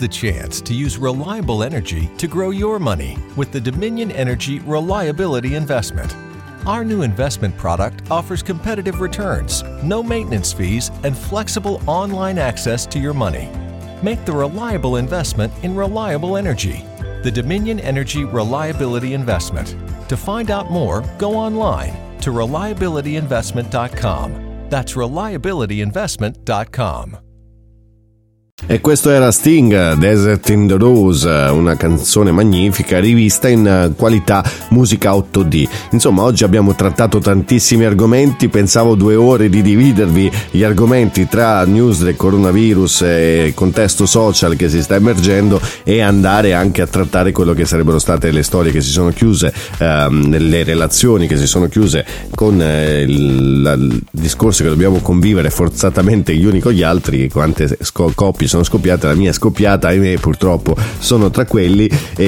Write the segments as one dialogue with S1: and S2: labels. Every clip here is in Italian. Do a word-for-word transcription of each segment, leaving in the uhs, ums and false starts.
S1: the chance to use reliable energy to grow your money with the Dominion Energy Reliability Investment. Our new investment product offers competitive returns, no maintenance fees, and flexible online access to your money. Make the reliable investment in reliable energy. The Dominion Energy Reliability Investment. To find out more, go online to reliability investment dot com. That's reliability investment dot com.
S2: E questo era Sting, Desert in the Rose, una canzone magnifica rivista in qualità musica otto D. Insomma, oggi abbiamo trattato tantissimi argomenti, pensavo due ore di dividervi gli argomenti tra news del coronavirus e contesto social che si sta emergendo e andare anche a trattare quello che sarebbero state le storie che si sono chiuse, ehm, le relazioni che si sono chiuse con eh, il, la, il discorso che dobbiamo convivere forzatamente gli uni con gli altri, quante sco- coppie sono scoppiate, la mia è scoppiata, ahimè, purtroppo sono tra quelli,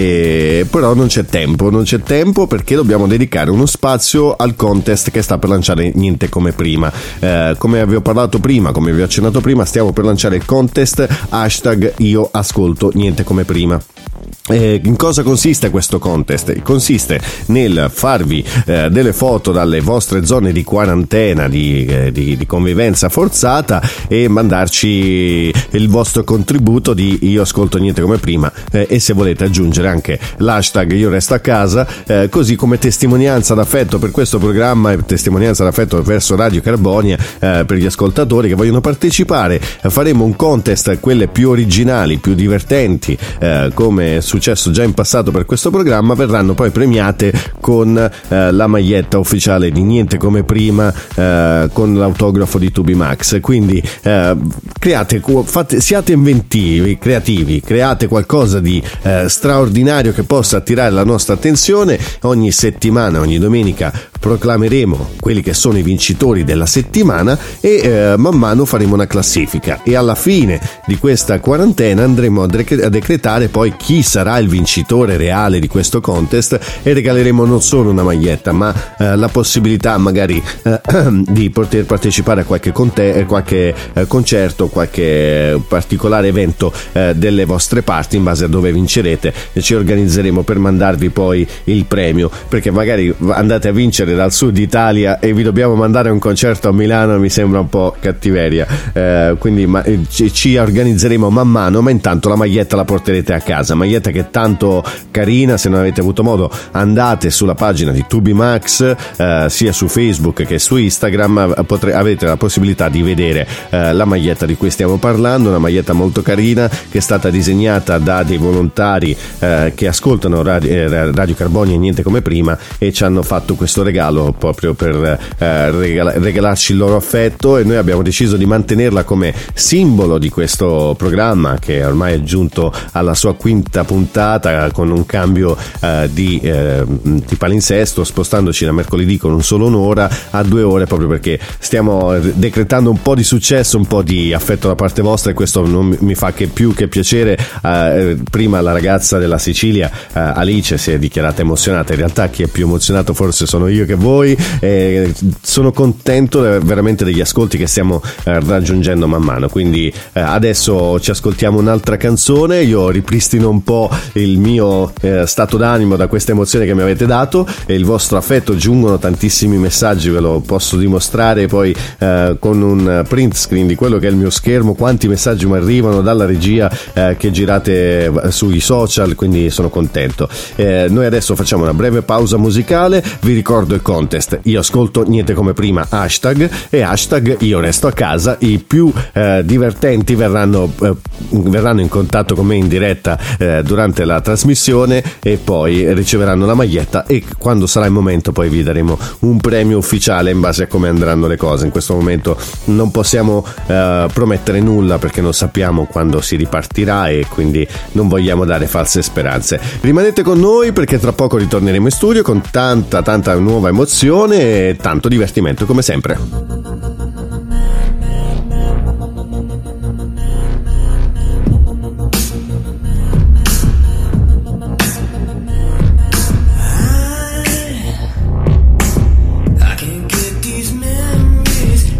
S2: e però non c'è tempo, non c'è tempo perché dobbiamo dedicare uno spazio al contest che sta per lanciare Niente Come Prima. Eh, come vi ho parlato prima, come vi ho accennato prima, stiamo per lanciare il contest hashtag Io Ascolto Niente Come Prima. Eh, in cosa consiste questo contest? Consiste nel farvi eh, delle foto dalle vostre zone di quarantena, di, eh, di, di convivenza forzata, e mandarci il vostro contributo di Io Ascolto Niente Come Prima, eh, e se volete aggiungere anche l'hashtag Io Resto a Casa, eh, così come testimonianza d'affetto per questo programma e testimonianza d'affetto verso Radio Carbonia, eh, per gli ascoltatori che vogliono partecipare. Faremo un contest, quelle più originali, più divertenti, eh, come successo già in passato per questo programma, verranno poi premiate con eh, la maglietta ufficiale di Niente Come Prima, eh, con l'autografo di Tubi Max. Quindi eh, create, fate, siate inventivi, creativi, create qualcosa di eh, straordinario che possa attirare la nostra attenzione. Ogni settimana, ogni domenica proclameremo quelli che sono i vincitori della settimana e eh, man mano faremo una classifica, e alla fine di questa quarantena andremo a, dec- a decretare poi chi sarà il vincitore reale di questo contest, e regaleremo non solo una maglietta ma eh, la possibilità magari eh, di poter partecipare a qualche, conte- qualche eh, concerto, qualche particolare evento eh, delle vostre parti in base a dove vincerete, e ci organizzeremo per mandarvi poi il premio, perché magari andate a vincere dal sud Italia e vi dobbiamo mandare un concerto a Milano, mi sembra un po' cattiveria, eh, quindi ma, ci, ci organizzeremo man mano, ma intanto la maglietta la porterete a casa, maglietta che è tanto carina. Se non avete avuto modo, andate sulla pagina di Tubi Max, eh, sia su Facebook che su Instagram, potre, avete la possibilità di vedere eh, la maglietta di cui stiamo parlando, una maglietta molto carina che è stata disegnata da dei volontari eh, che ascoltano Radio, eh, Radio Carbonia e Niente Come Prima, e ci hanno fatto questo regalo proprio per eh, regala, regalarci il loro affetto, e noi abbiamo deciso di mantenerla come simbolo di questo programma che ormai è giunto alla sua quinta puntata, con un cambio eh, di, eh, di palinsesto, spostandoci da mercoledì con un solo un'ora a due ore, proprio perché stiamo decretando un po' di successo, un po' di affetto da parte vostra, e questo non mi fa che più che piacere. Eh, prima la ragazza della Sicilia, eh, Alice, si è dichiarata emozionata. In realtà chi è più emozionato forse sono io che voi. Eh, sono contento veramente degli ascolti che stiamo eh, raggiungendo man mano, quindi eh, adesso ci ascoltiamo un'altra canzone. Io ripristino un po' il mio eh, stato d'animo da questa emozione che mi avete dato, e il vostro affetto. Giungono tantissimi messaggi, ve lo posso dimostrare poi eh, con un print screen di quello che è il mio schermo, quanti messaggi mi arrivano dalla regia eh, che girate sui social, quindi sono contento. Eh, noi adesso facciamo una breve pausa musicale, vi ricordo il contest Io Ascolto Niente Come Prima hashtag e hashtag Io Resto a Casa. I più eh, divertenti verranno, eh, verranno in contatto con me in diretta eh, durante la trasmissione, e poi riceveranno la maglietta, e quando sarà il momento poi vi daremo un premio ufficiale in base a come andranno le cose. In questo momento non possiamo eh, promettere nulla perché non sappiamo quando si ripartirà, e quindi non vogliamo dare false speranze. Rimanete con noi perché tra poco ritorneremo in studio con tanta tanta nuova emozione e tanto divertimento come sempre.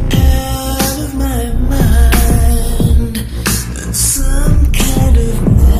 S3: Some kind of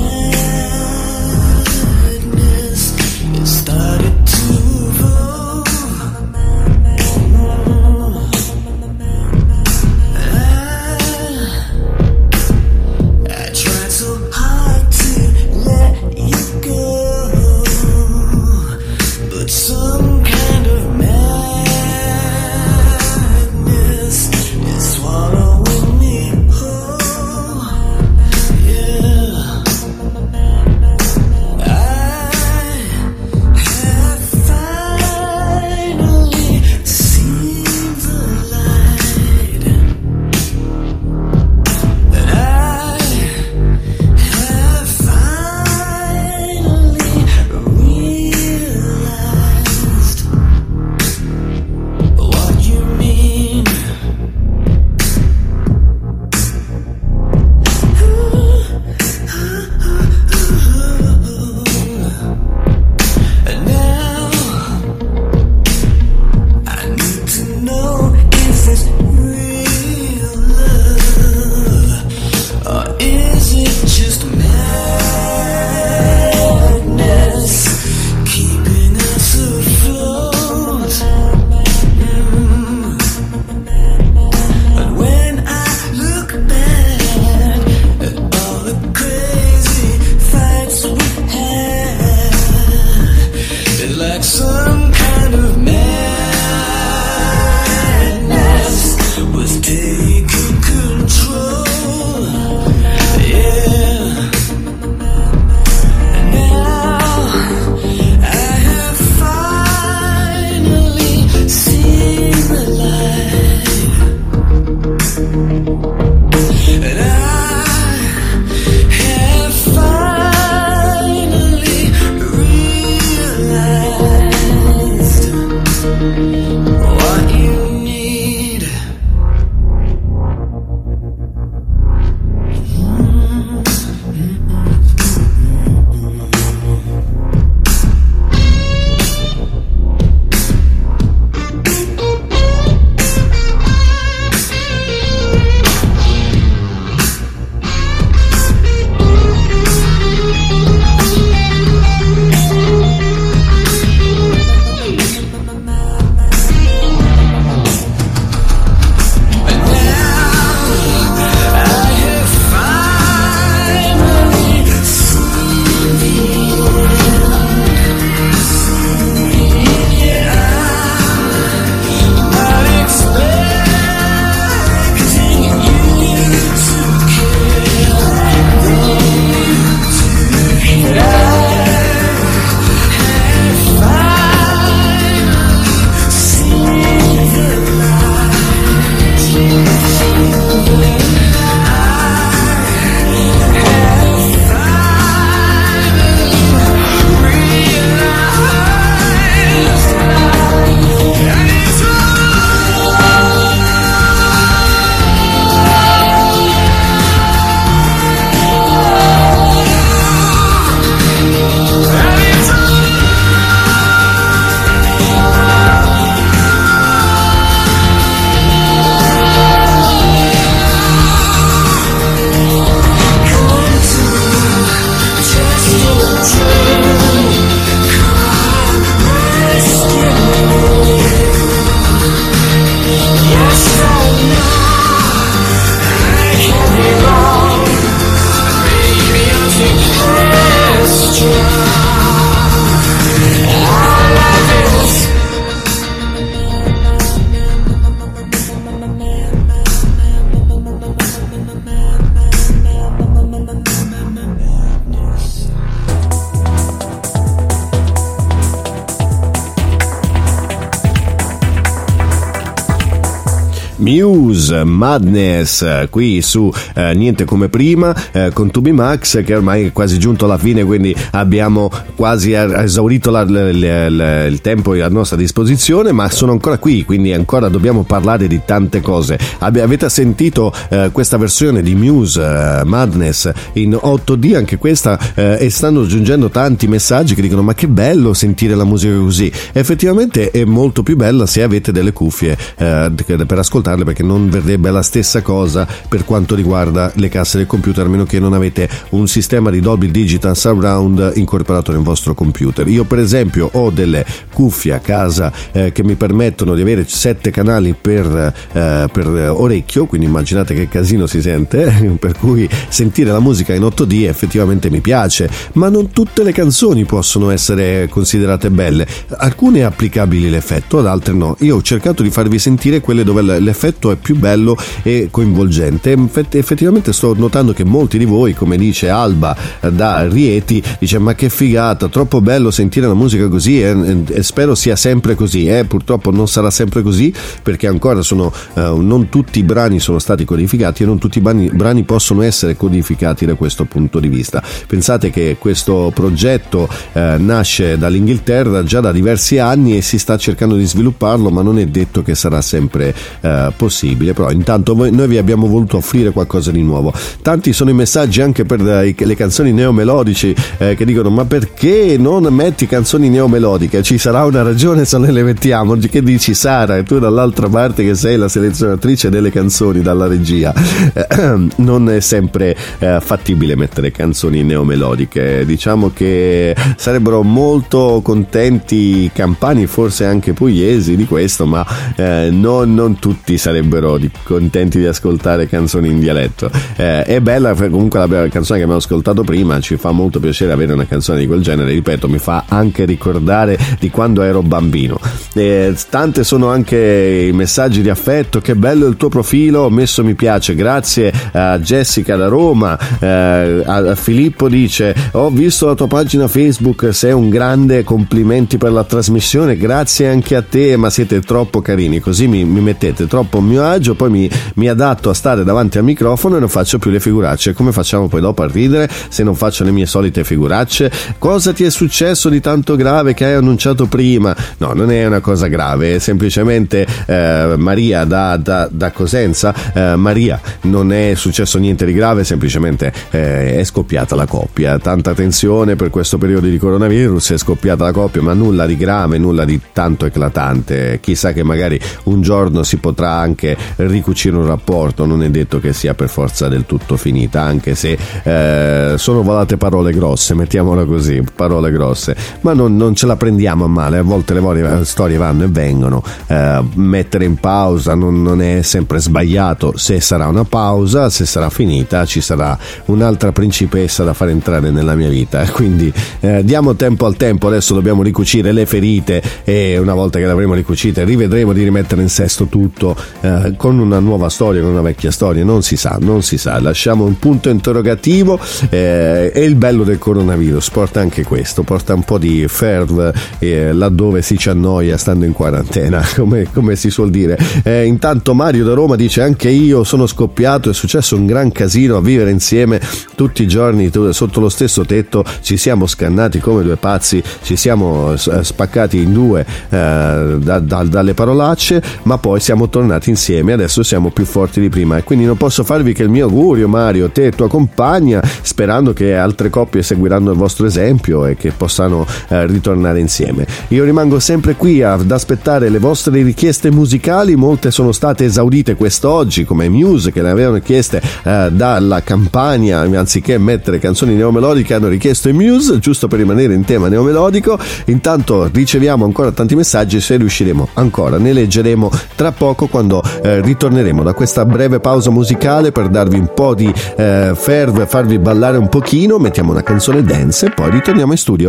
S2: Muse, Madness, qui su eh, Niente Come Prima, eh, con Tubi Max, che ormai è quasi giunto alla fine, quindi abbiamo quasi esaurito la, la, la, la, il tempo a nostra disposizione, ma sono ancora qui, quindi ancora dobbiamo parlare di tante cose. Ave, avete sentito eh, questa versione di Muse, eh, Madness, in otto D, anche questa, eh, e stanno giungendo tanti messaggi che dicono: ma che bello sentire la musica così. Effettivamente è molto più bella se avete delle cuffie eh, per ascoltare, perché non verrebbe la stessa cosa per quanto riguarda le casse del computer, a meno che non avete un sistema di Dolby Digital Surround incorporato nel vostro computer. Io per esempio ho delle cuffie a casa eh, che mi permettono di avere sette canali per, eh, per orecchio, quindi immaginate che casino si sente, eh? Per cui sentire la musica in otto D effettivamente mi piace, ma non tutte le canzoni possono essere considerate belle. Alcune è applicabili l'effetto, ad altre no. Io ho cercato di farvi sentire quelle dove l'effetto è più bello e coinvolgente. Effettivamente sto notando che molti di voi, come dice Alba da Rieti, dice: ma che figata, troppo bello sentire la musica così, e, e spero sia sempre così. Eh, purtroppo non sarà sempre così, perché ancora sono uh, non tutti i brani sono stati codificati e non tutti i brani, brani possono essere codificati da questo punto di vista. Pensate che questo progetto uh, nasce dall'Inghilterra già da diversi anni e si sta cercando di svilupparlo, ma non è detto che sarà sempre uh, possibile. Però intanto noi vi abbiamo voluto offrire qualcosa di nuovo. Tanti sono i messaggi anche per le canzoni neomelodici eh, che dicono: ma perché non metti canzoni neomelodiche? Ci sarà una ragione se noi le mettiamo. Che dici, Sara? E tu dall'altra parte che sei la selezionatrice delle canzoni dalla regia, eh, non è sempre eh, fattibile mettere canzoni neomelodiche. Diciamo che sarebbero molto contenti i campani, forse anche pugliesi, di questo, ma eh, non, non tutti sarebbero di, contenti di ascoltare canzoni in dialetto. Eh, è bella comunque la, la canzone che abbiamo ascoltato prima, ci fa molto piacere avere una canzone di quel genere, ripeto, mi fa anche ricordare di quando ero bambino. Eh, tante sono anche i messaggi di affetto: che bello il tuo profilo, ho messo mi piace, grazie a Jessica da Roma. Eh, a, a Filippo dice: ho visto la tua pagina Facebook, sei un grande, complimenti per la trasmissione, grazie anche a te, ma siete troppo carini, così mi, mi mettete troppo a mio agio, poi mi, mi adatto a stare davanti al microfono e non faccio più le figuracce. Come facciamo poi dopo a ridere se non faccio le mie solite figuracce? Cosa ti è successo di tanto grave che hai annunciato prima? No, non è una cosa grave, è semplicemente eh, Maria da, da, da Cosenza, eh, Maria, non è successo niente di grave, semplicemente eh, è scoppiata la coppia, tanta tensione per questo periodo di coronavirus, è scoppiata la coppia, ma nulla di grave, nulla di tanto eclatante. Chissà che magari un giorno si potrà anche ricucire un rapporto, non è detto che sia per forza del tutto finita, anche se eh, sono volate parole grosse, mettiamola così, parole grosse, ma non, non ce la prendiamo a male. A volte le varie storie vanno e vengono, eh, mettere in pausa non, non è sempre sbagliato, se sarà una pausa, se sarà finita ci sarà un'altra principessa da far entrare nella mia vita, quindi eh, diamo tempo al tempo. Adesso dobbiamo ricucire le ferite e una volta che le avremo ricucite rivedremo di rimettere in sesto tutto, eh, con una nuova storia, con una vecchia storia, non si sa, non si sa, lasciamo un punto interrogativo. Eh, e il bello del coronavirus porta anche questo, porta un po' di ferv eh, laddove si ci annoia stando in quarantena, come, come si suol dire. Eh, intanto Mario da Roma dice: anche io sono scoppiato, è successo un gran casino a vivere insieme tutti i giorni sotto lo stesso tetto, ci siamo scannati come due pazzi, ci siamo spaccati in due eh, da, da, dalle parolacce, ma poi siamo tornati insieme, adesso siamo più forti di prima, e quindi non posso farvi che il mio augurio, Mario, te e tua compagna, sperando che altre coppie seguiranno il vostro esempio e che possano eh, ritornare insieme. Io rimango sempre qui ad aspettare le vostre richieste musicali, molte sono state esaudite quest'oggi, come Muse, che le avevano chieste eh, dalla Campania, anziché mettere canzoni neomelodiche hanno richiesto i Muse, giusto per rimanere in tema neomelodico. Intanto riceviamo ancora tanti messaggi, se riusciremo ancora ne leggeremo tra poco, quando eh, ritorneremo da questa breve pausa musicale per darvi un po' di eh, ferve, farvi ballare un pochino, mettiamo una canzone dance e poi ritorniamo in studio.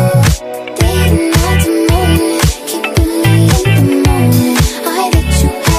S3: You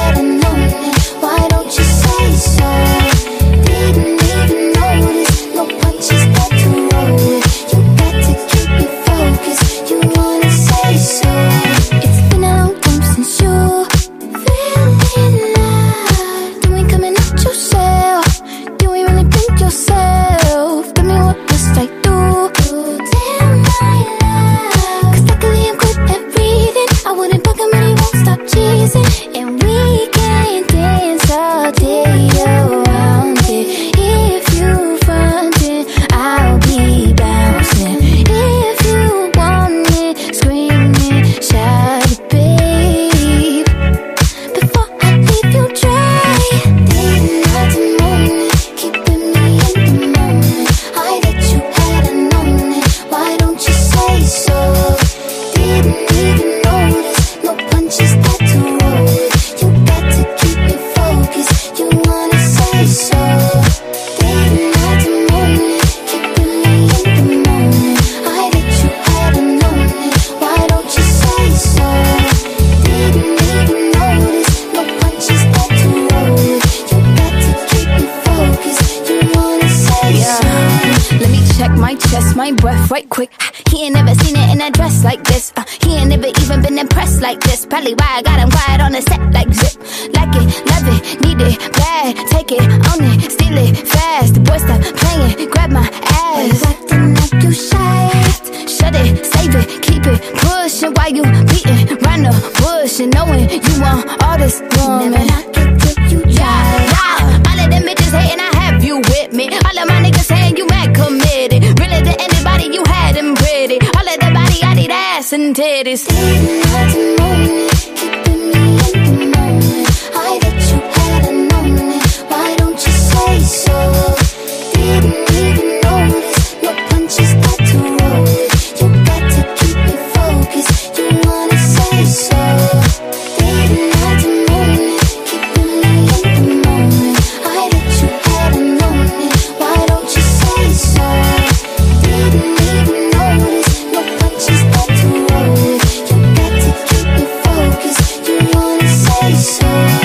S3: my breath right quick. He ain't never seen it in a dress like this. Uh, he ain't never even been impressed like this. Probably why I got him quiet on the set like zip. Like it, love it, need it, bad. Take it, own it, steal it, fast. The boy stop playing, grab my ass. Acting like you shy. Shut it, save it, keep it, pushing while you beating round the bush and knowing you want all this woman. Never knock it till you try. Yeah, all of them bitches hating, I have you with me. All of my niggas saying you mad committed. Really to anybody, you had them pretty. All of the body, I need ass and titties. Didn't have to moment, keeping me in the moment. I bet you hadn't known it. Why don't you say so? Didn't even notice. No punches got to roll it. You got to keep me focused. You wanna say so? Didn't have to moment, keeping me in the moment. I bet you hadn't known it. Why don't you say so? Didn't even notice. No punches got to roll it. You got to keep me focused. You wanna say so?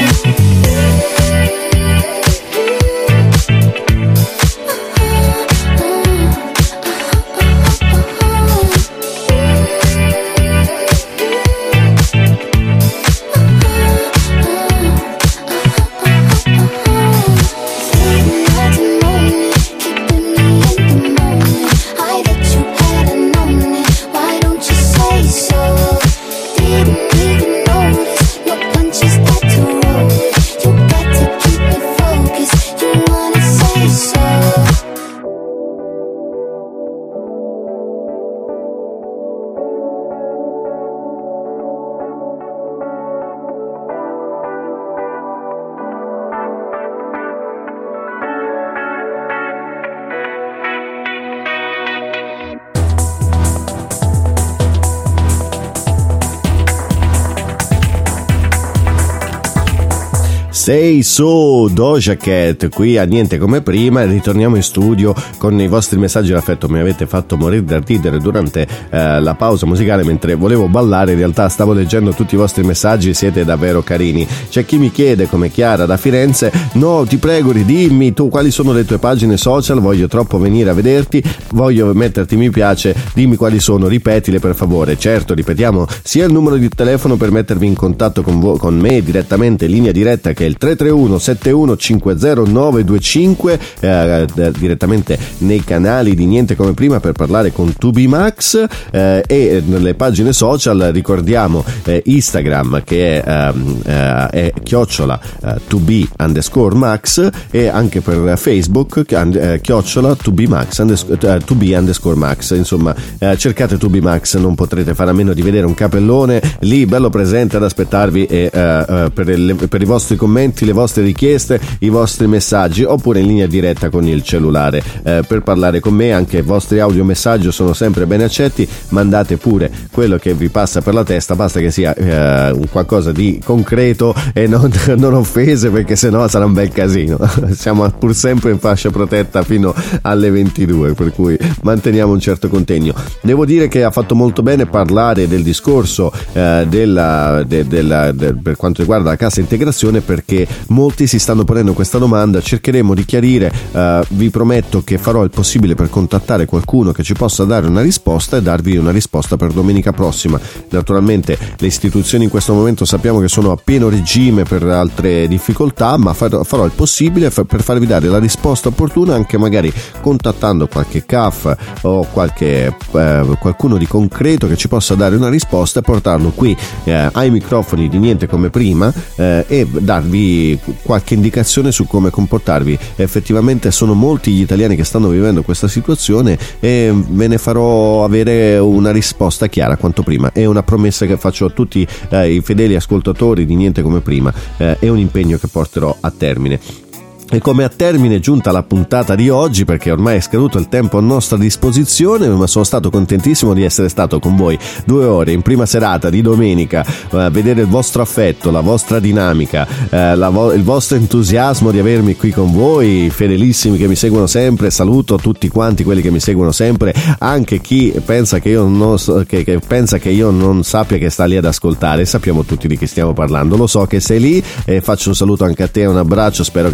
S2: Say So, Doja Cat, qui a Niente Come Prima, e ritorniamo in studio con i vostri messaggi d'affetto. Mi avete fatto morire da ridere durante eh, la pausa musicale mentre volevo ballare. In realtà stavo leggendo tutti i vostri messaggi, siete davvero carini. C'è chi mi chiede, come Chiara da Firenze: no, ti prego, ridimmi tu quali sono le tue pagine social, voglio troppo venire a vederti, voglio metterti mi piace, dimmi quali sono, ripetile per favore. Certo, ripetiamo sia il numero di telefono per mettervi in contatto con, vo- con me direttamente, linea diretta, che è il tre tre uno sette uno cinque zero nove due cinque, eh, direttamente nei canali di Niente Come Prima per parlare con two B Max, eh, e nelle pagine social ricordiamo eh, Instagram che è, eh, è chiocciola eh, two B underscore Max, e anche per Facebook eh, chiocciola two B Max underscore, eh, two B underscore Max. Insomma, eh, cercate two B Max, non potrete fare a meno di vedere un capellone lì bello presente ad aspettarvi, e eh, eh, per, le, per i vostri commenti, le vostre richieste, i vostri messaggi, oppure in linea diretta con il cellulare eh, per parlare con me. Anche i vostri audiomessaggi sono sempre ben accetti, mandate pure quello che vi passa per la testa, basta che sia eh, un qualcosa di concreto e non, non offese, perché sennò sarà un bel casino. Siamo pur sempre in fascia protetta fino alle ventidue, per cui manteniamo un certo contegno. Devo dire che ha fatto molto bene parlare del discorso eh, della, de, della de, per quanto riguarda la cassa integrazione, perché molti si stanno ponendo questa domanda. Cercheremo di chiarire, eh, vi prometto che farò il possibile per contattare qualcuno che ci possa dare una risposta e darvi una risposta per domenica prossima. Naturalmente le istituzioni in questo momento sappiamo che sono a pieno regime per altre difficoltà, ma farò, farò il possibile per farvi dare la risposta opportuna, anche magari contattando qualche C A F o qualche eh, qualcuno di concreto che ci possa dare una risposta, e portarlo qui eh, ai microfoni di Niente Come Prima eh, e darvi qualche indicazione su come comportarvi. Effettivamente sono molti gli italiani che stanno vivendo questa situazione, e ve ne farò avere una risposta chiara quanto prima. È una promessa che faccio a tutti eh, i fedeli ascoltatori di Niente Come Prima, eh, è un impegno che porterò a termine. E come a termine è giunta la puntata di oggi, perché ormai è scaduto il tempo a nostra disposizione, ma sono stato contentissimo di essere stato con voi due ore in prima serata di domenica, eh, vedere il vostro affetto, la vostra dinamica, eh, la vo- il vostro entusiasmo di avermi qui con voi, fedelissimi che mi seguono sempre. Saluto tutti quanti quelli che mi seguono sempre, anche chi pensa che io non so, che, che pensa che io non sappia che sta lì ad ascoltare. Sappiamo tutti di chi stiamo parlando, lo so che sei lì, e faccio un saluto anche a te, un abbraccio, spero che tu stia bene,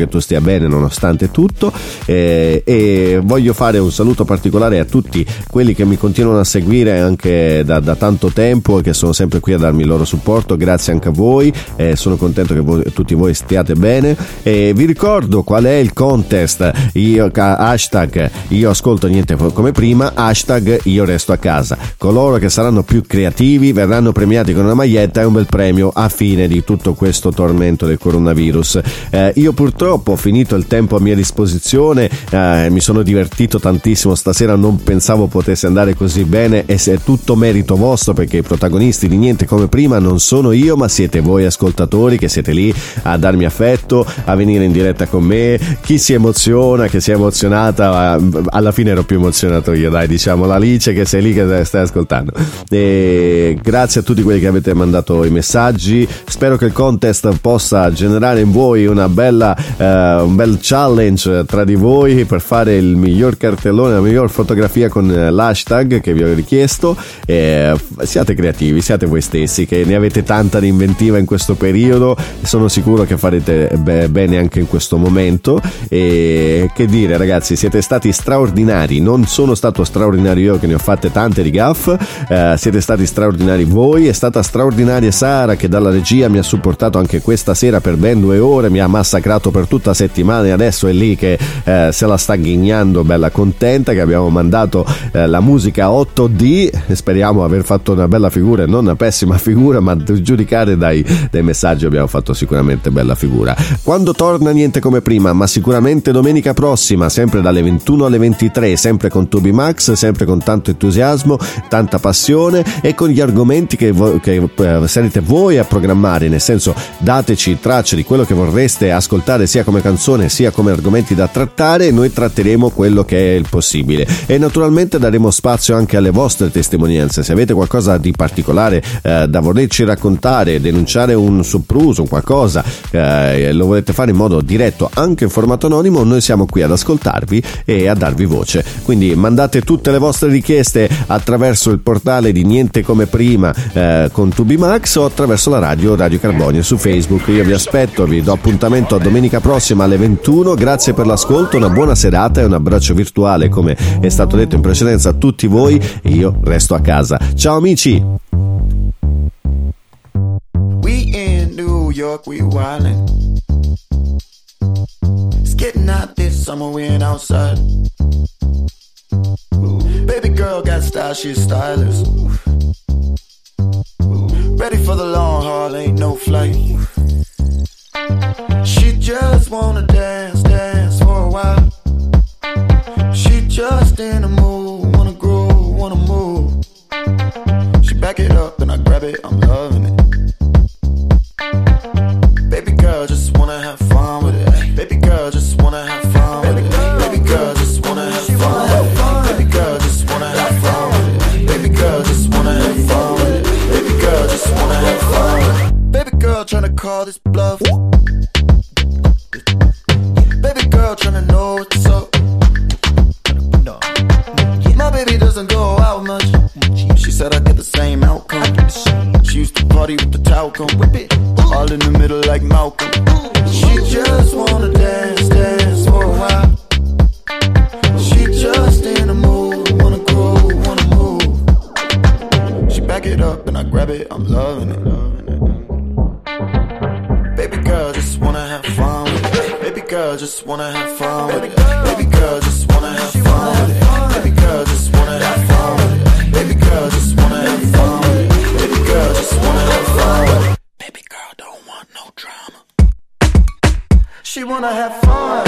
S2: bene nonostante tutto, eh, e voglio fare un saluto particolare a tutti quelli che mi continuano a seguire anche da, da tanto tempo e che sono sempre qui a darmi il loro supporto. Grazie anche a voi, eh, sono contento che voi, tutti voi stiate bene, e vi ricordo qual è il contest. Io, hashtag io ascolto niente come prima, hashtag io resto a casa. Coloro che saranno più creativi verranno premiati con una maglietta e un bel premio a fine di tutto questo tormento del coronavirus. Eh, io purtroppo ho finito il tempo a mia disposizione, eh, mi sono divertito tantissimo stasera, non pensavo potesse andare così bene, e se è tutto merito vostro, perché i protagonisti di niente come prima non sono io, ma siete voi ascoltatori che siete lì a darmi affetto, a venire in diretta con me. Chi si emoziona, che si è emozionata, alla fine ero più emozionato io, dai, diciamo, l'Alice che sei lì che stai ascoltando. E grazie a tutti quelli che avete mandato i messaggi, spero che il contest possa generare in voi una bella uh, un bel challenge tra di voi per fare il miglior cartellone, la miglior fotografia con l'hashtag che vi ho richiesto. E siate creativi, siate voi stessi, che ne avete tanta di inventiva in questo periodo, sono sicuro che farete be- bene anche in questo momento. E che dire, ragazzi, siete stati straordinari, non sono stato straordinario io che ne ho fatte tante di gaff, eh, siete stati straordinari voi, è stata straordinaria Sara che dalla regia mi ha supportato anche questa sera per ben due ore, mi ha massacrato per tutta la settimana e adesso è lì che eh, se la sta ghignando bella contenta che abbiamo mandato eh, la musica otto D. Speriamo aver fatto una bella figura, non una pessima figura, ma giudicare dai, dai messaggi abbiamo fatto sicuramente bella figura. Quando torna niente come prima, ma sicuramente domenica prossima, sempre dalle ventuno alle ventitré, sempre con Tubi Max, sempre con tanto entusiasmo, tanta passione e con gli argomenti che, vo- che eh, sarete voi a programmare, nel senso dateci tracce di quello che vorreste ascoltare sia come canzone sia come argomenti da trattare, e noi tratteremo quello che è il possibile, e naturalmente daremo spazio anche alle vostre testimonianze. Se avete qualcosa di particolare eh, da volerci raccontare, denunciare un sopruso, un qualcosa, eh, lo volete fare in modo diretto anche in formato anonimo, noi siamo qui ad ascoltarvi e a darvi voce. Quindi mandate tutte le vostre richieste attraverso il portale di Niente Come Prima eh, con Tubi Max o attraverso la radio Radio Carbonio su Facebook. Io vi aspetto, vi do appuntamento a domenica prossima alle ventuno. Grazie per l'ascolto, una buona serata e un abbraccio virtuale, come è stato detto in precedenza, a tutti voi. Io resto a casa. Ciao amici.
S4: We in New York, we wildin'. It's getting hot this summer, we ain't outside. Baby girl got style, she's stylish. Ready for the long haul, ain't no flight. She just wanna dance, dance for a while. She just in the mood, wanna groove, wanna move. She back it up and I grab it, I'm loving it. Baby girl just wanna have fun with it. Baby girl just wanna have fun with it. Baby girl just wanna have fun with it. Baby girl just wanna have fun with it. Baby girl just wanna have fun with it. Baby girl just wanna have fun with it. Baby girl tryna call this bluff. Baby girl tryna know what's up. My baby doesn't go out much. She said I get the same outcome. She used to party with the talcum, all in the middle like Malcolm. She just wanna dance, dance for a while. She just in the mood, wanna groove, wanna move. She back it up and I grab it, I'm loving it. Baby girl just wanna have fun with it. Baby girl just wanna have fun with it. Baby girl just wanna have fun with it. Baby girl just wanna have fun with it. Baby girl just wanna have fun with it. Baby girl just wanna have fun with it. Baby girl don't want no drama. She wanna have fun.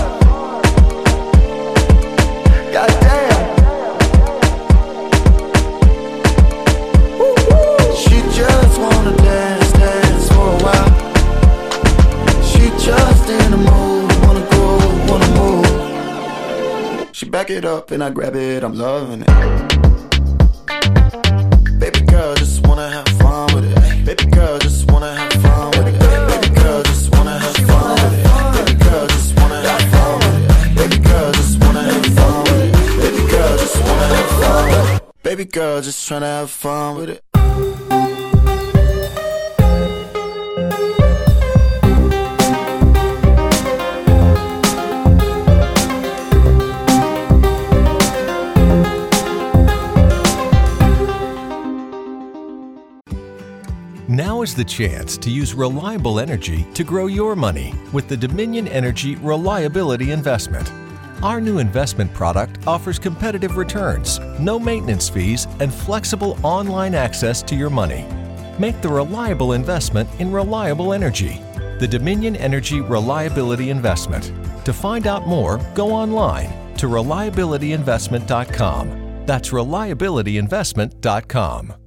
S4: Goddamn. She just wanna dance, dance for a while. She just in the mood, wanna go, wanna move. She back it up and I grab it, I'm loving it. Baby girl just wanna have fun with it. Baby girl just wanna have fun with it. Baby girl just wanna have fun with it. Baby girl just wanna have fun with it. Baby girl just wanna have fun with it. Baby girl just wanna have fun with it. Baby girl just tryna have fun with it.
S1: Now is the chance to use reliable energy to grow your money with the Dominion Energy Reliability Investment. Our new investment product offers competitive returns, no maintenance fees, and flexible online access to your money. Make the reliable investment in reliable energy. The Dominion Energy Reliability Investment. To find out more, go online to reliability investment dot com. That's reliability investment dot com.